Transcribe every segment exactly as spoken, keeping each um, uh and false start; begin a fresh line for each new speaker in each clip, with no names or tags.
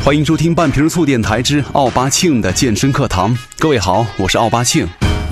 欢迎收听半瓶醋电台之奥巴庆的健身课堂。各位好，我是奥巴庆。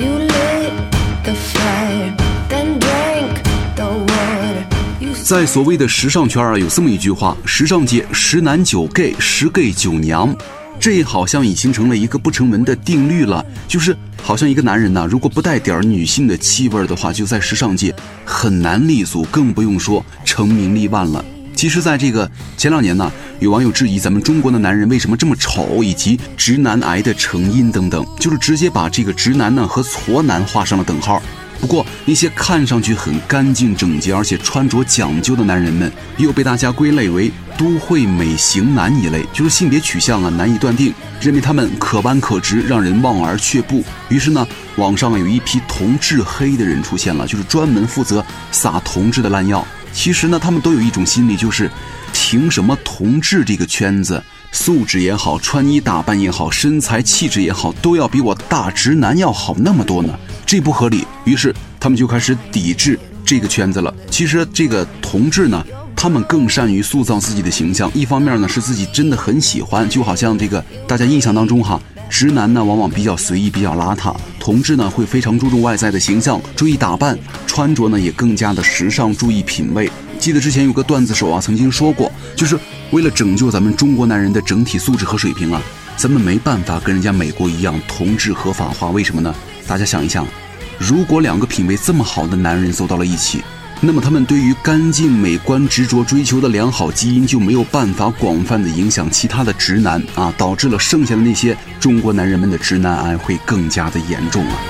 在所谓的时尚圈啊，有这么一句话：时尚界十男九 gay， 十 gay 九娘。这好像已形成了一个不成文的定律了，就是好像一个男人呢、啊，如果不带点女性的气味的话，就在时尚界很难立足，更不用说成名立万了。其实在这个前两年呢，有网友质疑咱们中国的男人为什么这么丑，以及直男癌的成因等等，就是直接把这个直男呢和矬男画上了等号。不过那些看上去很干净整洁而且穿着讲究的男人们，又被大家归类为都会美型男一类，就是性别取向啊难以断定，认为他们可弯可直，让人望而却步。于是呢，网上有一批同志黑的人出现了，就是专门负责撒同志的烂药。其实呢，他们都有一种心理，就是凭什么同志这个圈子素质也好，穿衣打扮也好，身材气质也好，都要比我大直男要好那么多呢？这不合理。于是他们就开始抵制这个圈子了。其实这个同志呢，他们更善于塑造自己的形象，一方面呢是自己真的很喜欢，就好像这个大家印象当中哈，直男呢往往比较随意比较邋遢，同志呢会非常注重外在的形象，注意打扮，穿着呢也更加的时尚，注意品味。记得之前有个段子手啊曾经说过，就是为了拯救咱们中国男人的整体素质和水平啊，咱们没办法跟人家美国一样同志合法化。为什么呢？大家想一想，如果两个品味这么好的男人走到了一起，那么他们对于干净美观执着追求的良好基因就没有办法广泛的影响其他的直男啊，导致了剩下的那些中国男人们的直男癌会更加的严重啊。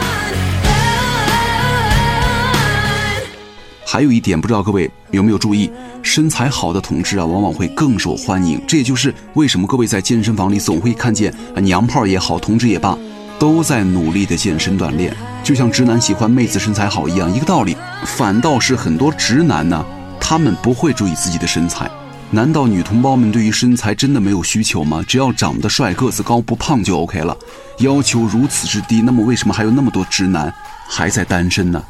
还有一点，不知道各位有没有注意，身材好的同志啊往往会更受欢迎。这也就是为什么各位在健身房里总会看见娘炮也好，同志也罢，都在努力的健身锻炼，就像直男喜欢妹子身材好一样，一个道理。反倒是很多直男呢，他们不会注意自己的身材。难道女同胞们对于身材真的没有需求吗？只要长得帅，个子高，不胖就 OK 了。要求如此之低，那么为什么还有那么多直男还在单身呢？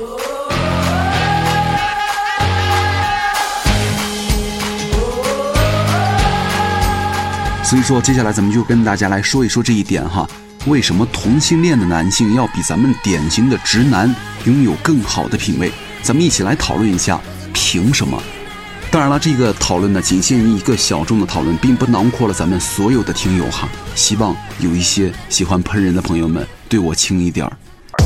所以说接下来咱们就跟大家来说一说这一点哈，为什么同性恋的男性要比咱们典型的直男拥有更好的品味？咱们一起来讨论一下凭什么。当然了，这个讨论呢仅限于一个小众的讨论，并不囊括了咱们所有的听友哈。希望有一些喜欢喷人的朋友们对我轻一点儿。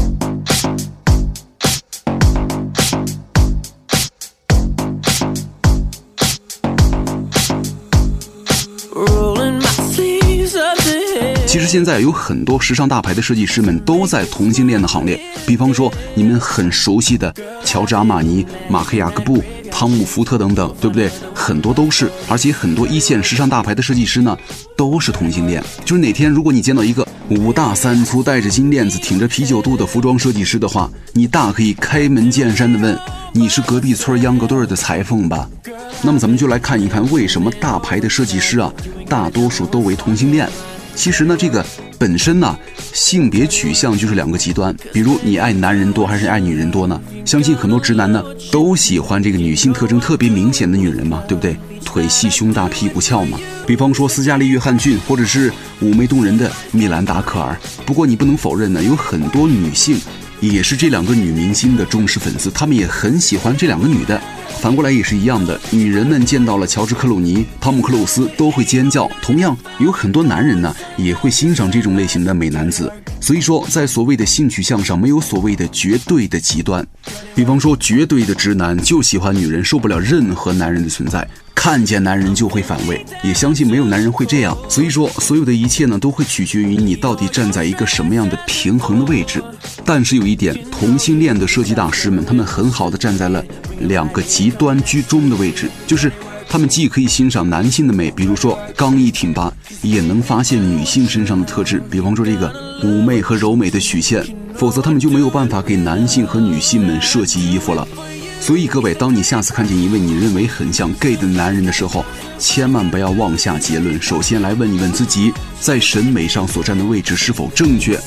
其实现在有很多时尚大牌的设计师们都在同性恋的行列，比方说你们很熟悉的乔治阿玛尼、马克雅各布、汤姆福特等等，对不对？很多都是，而且很多一线时尚大牌的设计师呢都是同性恋。就是哪天如果你见到一个五大三粗带着金链子挺着啤酒肚的服装设计师的话，你大可以开门见山的问，你是隔壁村秧歌队的裁缝吧？那么咱们就来看一看为什么大牌的设计师啊大多数都为同性恋。其实呢，这个本身呢，性别取向就是两个极端。比如你爱男人多还是爱女人多呢？相信很多直男呢都喜欢这个女性特征特别明显的女人嘛，对不对？腿细胸大屁股翘嘛。比方说斯嘉丽·约翰逊，或者是妩媚动人的米兰达·科尔。不过你不能否认呢，有很多女性也是这两个女明星的忠实粉丝，她们也很喜欢这两个女的。反过来也是一样的，女人们见到了乔治·克鲁尼、汤姆·克鲁斯都会尖叫。同样，有很多男人呢也会欣赏这种类型的美男子。所以说，在所谓的性取向上，没有所谓的绝对的极端。比方说，绝对的直男就喜欢女人，受不了任何男人的存在，看见男人就会反胃，也相信没有男人会这样。所以说，所有的一切呢，都会取决于你到底站在一个什么样的平衡的位置。但是有一点，同性恋的设计大师们，他们很好的站在了两个极端居中的位置，就是他们既可以欣赏男性的美，比如说刚毅挺拔，也能发现女性身上的特质，比方说这个妩媚和柔美的曲线，否则他们就没有办法给男性和女性们设计衣服了。所以各位，当你下次看见一位你认为很像 gay 的男人的时候，千万不要妄下结论，首先来问一问自己，在审美上所站的位置是否正确。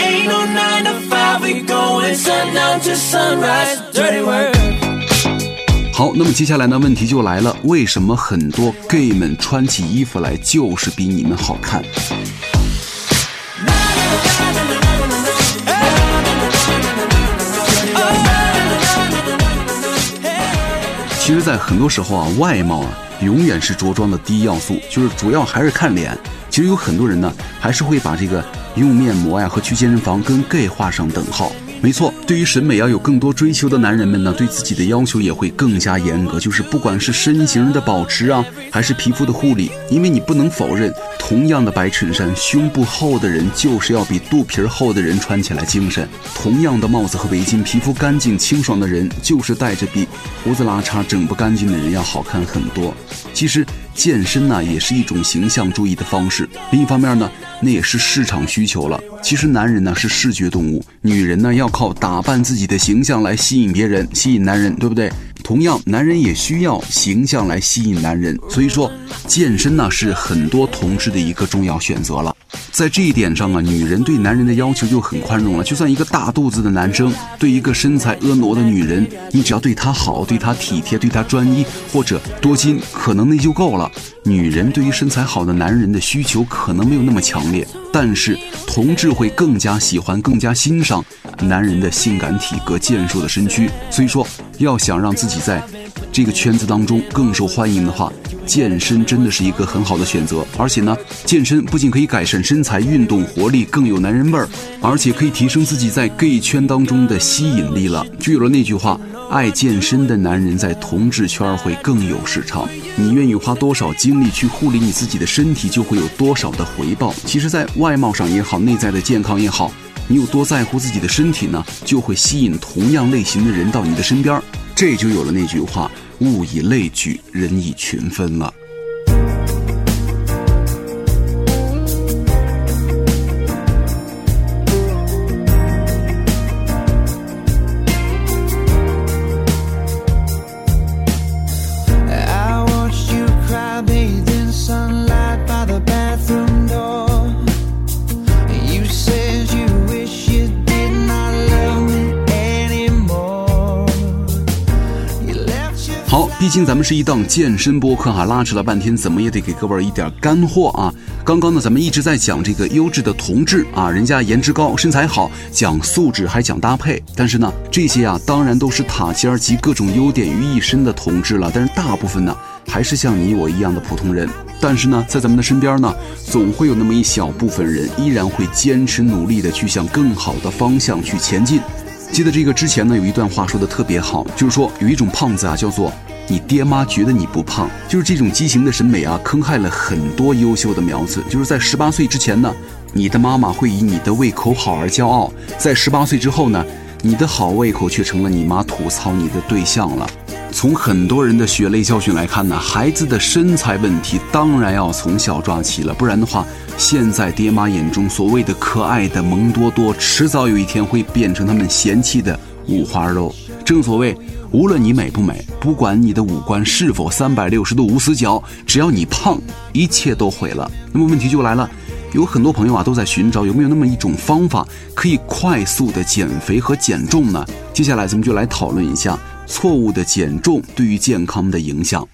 Sun down to sunrise, dirty work.
好，那么接下来呢，问题就来了，为什么很多 gay 们穿起衣服来就是比你们好看？其实在很多时候啊，外貌啊永远是着装的第一要素，就是主要还是看脸。其实有很多人呢还是会把这个用面膜呀和去健身房跟 gay 画上等号。没错，对于审美要有更多追求的男人们呢，对自己的要求也会更加严格，就是不管是身形的保持啊，还是皮肤的护理，因为你不能否认，同样的白衬衫，胸部厚的人就是要比肚皮厚的人穿起来精神；同样的帽子和围巾，皮肤干净清爽的人就是戴着比胡子拉碴整不干净的人要好看很多。其实健身呢也是一种形象注意的方式，另一方面呢那也是市场需求了。其实男人呢是视觉动物，女人呢要靠打扮自己的形象来吸引别人，吸引男人，对不对？同样男人也需要形象来吸引男人，所以说健身呢是很多同志的一个重要选择了。在这一点上啊，女人对男人的要求就很宽容了，就算一个大肚子的男生对一个身材婀娜的女人，你只要对她好，对她体贴，对她专一，或者多金，可能那就够了。女人对于身材好的男人的需求可能没有那么强烈，但是同志会更加喜欢更加欣赏男人的性感体格健硕的身躯。所以说要想让自己在这个圈子当中更受欢迎的话，健身真的是一个很好的选择。而且呢，健身不仅可以改善身材运动活力，更有男人味儿，而且可以提升自己在 gay 圈当中的吸引力了。就有了那句话，爱健身的男人在同志圈会更有市场。你愿意花多少精力去护理你自己的身体，就会有多少的回报。其实在外貌上也好，内在的健康也好，你有多在乎自己的身体呢，就会吸引同样类型的人到你的身边，这就有了那句话，物以类聚，人以群分了。毕竟咱们是一档健身播客哈，拉扯了半天，怎么也得给各位一点干货啊！刚刚呢，咱们一直在讲这个优质的同志啊，人家颜值高，身材好，讲素质还讲搭配。但是呢，这些啊，当然都是塔尖集各种优点于一身的同志了。但是大部分呢，还是像你我一样的普通人。但是呢，在咱们的身边呢，总会有那么一小部分人，依然会坚持努力的去向更好的方向去前进。记得这个之前呢，有一段话说的特别好，就是说有一种胖子啊，叫做你爹妈觉得你不胖。就是这种畸形的审美啊，坑害了很多优秀的苗子。就是在十八岁之前呢，你的妈妈会以你的胃口好而骄傲，在十八岁之后呢，你的好胃口却成了你妈吐槽你的对象了。从很多人的血泪教训来看呢，孩子的身材问题当然要从小抓起了，不然的话，现在爹妈眼中所谓的可爱的萌多多，迟早有一天会变成他们嫌弃的五花肉。正所谓，无论你美不美，不管你的五官是否三百六十度无死角，只要你胖，一切都毁了。那么问题就来了，有很多朋友啊都在寻找有没有那么一种方法可以快速的减肥和减重呢？接下来咱们就来讨论一下错误的减重对于健康的影响。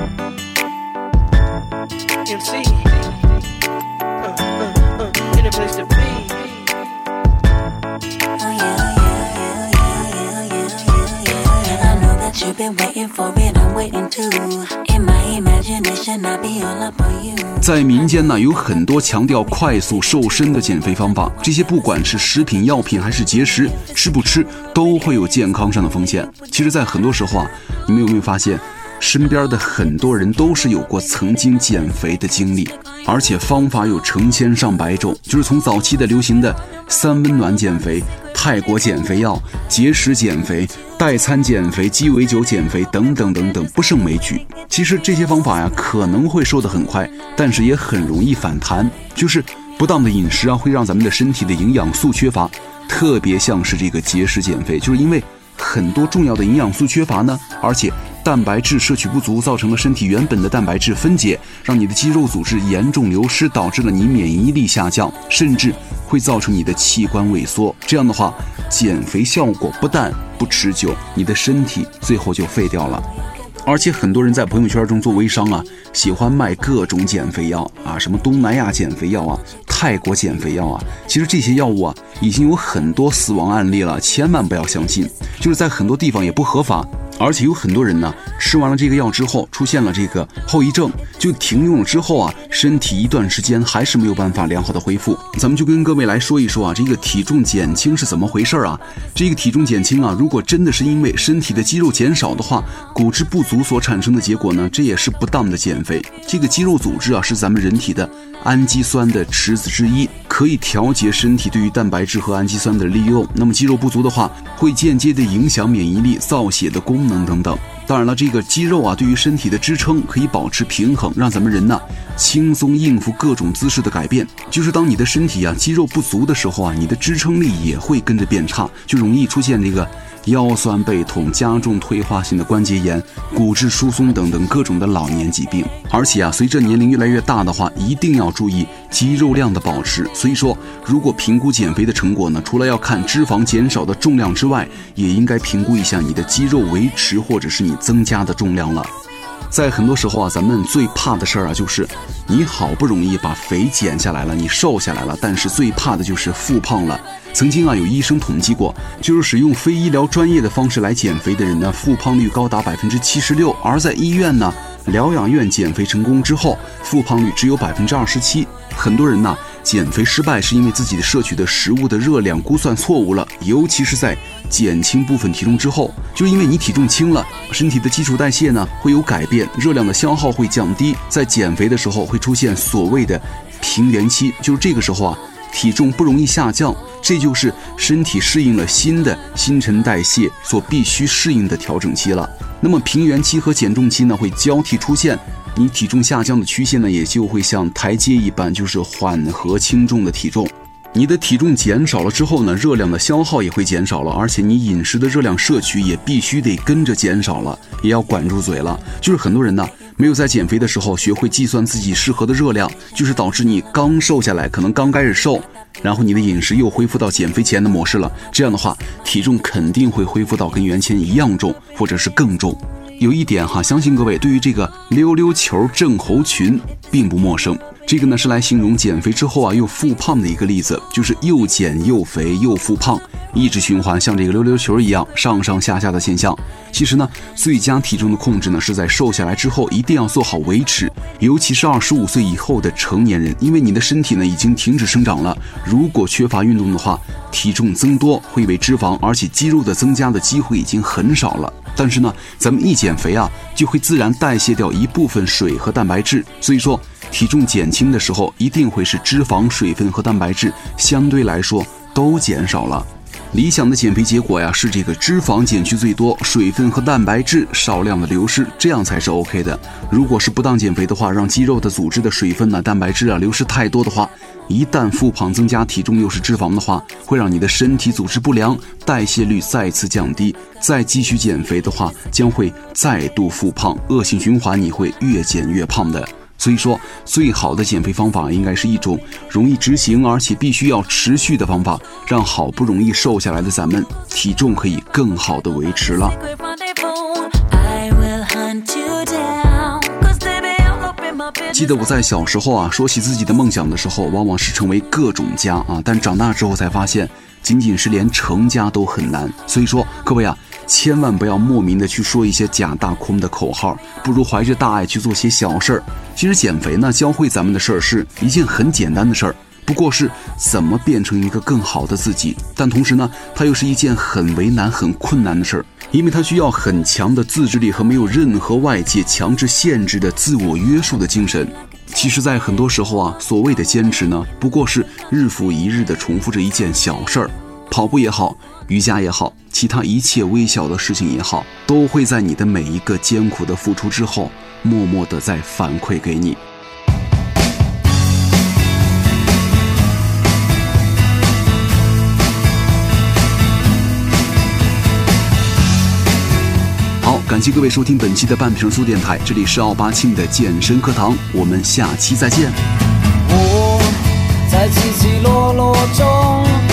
在民间呢，有很多强调快速瘦身的减肥方法，这些不管是食品、药品还是节食，吃不吃都会有健康上的风险。其实在很多时候啊，你们有没有发现身边的很多人都是有过曾经减肥的经历，而且方法有成千上百种，就是从早期的流行的三温暖减肥、泰国减肥药、节食减肥、代餐减肥、鸡尾酒减肥等等等等，不胜枚举。其实这些方法呀，可能会瘦得很快，但是也很容易反弹，就是不当的饮食啊，会让咱们的身体的营养素缺乏，特别像是这个节食减肥，就是因为很多重要的营养素缺乏呢，而且蛋白质摄取不足，造成了身体原本的蛋白质分解，让你的肌肉组织严重流失，导致了你免疫力下降，甚至会造成你的器官萎缩。这样的话，减肥效果不但不持久，你的身体最后就废掉了。 而且很多人在朋友圈中做微商啊，喜欢卖各种减肥药啊，什么东南亚减肥药啊，泰国减肥药啊，其实这些药物啊已经有很多死亡案例了，千万不要相信，就是在很多地方也不合法。而且有很多人呢，吃完了这个药之后出现了这个后遗症，就停用了之后啊，身体一段时间还是没有办法良好的恢复。咱们就跟各位来说一说啊，这个体重减轻是怎么回事啊？这个体重减轻啊，如果真的是因为身体的肌肉减少的话，骨质不足所产生的结果呢，这也是不当的减肥。这个肌肉组织啊，是咱们人体的氨基酸的池子之一，可以调节身体对于蛋白质和氨基酸的利用。那么肌肉不足的话，会间接的影响免疫力、造血的功能等等。当然了，这个肌肉啊，对于身体的支撑可以保持平衡，让咱们人呢轻松应付各种姿势的改变。就是当你的身体啊肌肉不足的时候啊，你的支撑力也会跟着变差，就容易出现这个腰酸背痛、加重退化性的关节炎、骨质疏松等等各种的老年疾病。而且啊，随着年龄越来越大的话，一定要注意肌肉量的保持。所以说，如果评估减肥的成果呢，除了要看脂肪减少的重量之外，也应该评估一下你的肌肉维持或者是你增加的重量了。在很多时候啊，咱们最怕的事儿啊，就是你好不容易把肥减下来了，你瘦下来了，但是最怕的就是复胖了。曾经啊，有医生统计过，就是使用非医疗专业的方式来减肥的人呢，复胖率高达百分之七十六，而在医院呢，疗养院减肥成功之后，复胖率只有百分之二十七。很多人呢，减肥失败是因为自己的摄取的食物的热量估算错误了，尤其是在减轻部分体重之后，就是因为你体重轻了，身体的基础代谢呢会有改变，热量的消耗会降低，在减肥的时候会出现所谓的平原期，就是这个时候啊，体重不容易下降，这就是身体适应了新的新陈代谢所必须适应的调整期了。那么平原期和减重期呢会交替出现，你体重下降的曲线呢也就会像台阶一般，就是缓和轻重的体重。你的体重减少了之后呢，热量的消耗也会减少了，而且你饮食的热量摄取也必须得跟着减少了，也要管住嘴了。就是很多人呢没有在减肥的时候学会计算自己适合的热量，就是导致你刚瘦下来，可能刚开始瘦，然后你的饮食又恢复到减肥前的模式了，这样的话体重肯定会恢复到跟原先一样重，或者是更重。有一点哈，相信各位对于这个溜溜球症候群并不陌生。这个呢是来形容减肥之后啊又复胖的一个例子，就是又减又肥又复胖，一直循环，像这个溜溜球一样上上下下的现象。其实呢，最佳体重的控制呢是在瘦下来之后一定要做好维持，尤其是二十五岁以后的成年人，因为你的身体呢已经停止生长了，如果缺乏运动的话，体重增多会为脂肪，而且肌肉的增加的机会已经很少了。但是呢，咱们一减肥啊，就会自然代谢掉一部分水和蛋白质，所以说体重减轻的时候，一定会是脂肪、水分和蛋白质相对来说都减少了。理想的减肥结果呀，是这个脂肪减去最多，水分和蛋白质少量的流失，这样才是 OK 的。如果是不当减肥的话，让肌肉的组织的水分呢、蛋白质啊流失太多的话，一旦复胖增加体重又是脂肪的话，会让你的身体组织不良，代谢率再次降低，再继续减肥的话，将会再度复胖，恶性循环，你会越减越胖的。所以说，最好的减肥方法应该是一种容易执行而且必须要持续的方法，让好不容易瘦下来的咱们体重可以更好的维持了。记得我在小时候啊，说起自己的梦想的时候，往往是成为各种家啊，但长大之后才发现，仅仅是连成家都很难。所以说，各位啊，千万不要莫名的去说一些假大空的口号，不如怀着大爱去做些小事儿。其实减肥呢，教会咱们的事儿是一件很简单的事儿，不过是怎么变成一个更好的自己。但同时呢，它又是一件很为难、很困难的事儿，因为它需要很强的自制力和没有任何外界强制限制的自我约束的精神。其实在很多时候啊，所谓的坚持呢，不过是日复一日的重复着一件小事儿，跑步也好，瑜伽也好，其他一切微小的事情也好，都会在你的每一个艰苦的付出之后，默默地在反馈给你。好，感谢各位收听本期的半瓶醋电台，这里是奥巴庆的健身课堂，我们下期再见。
我在起起落落中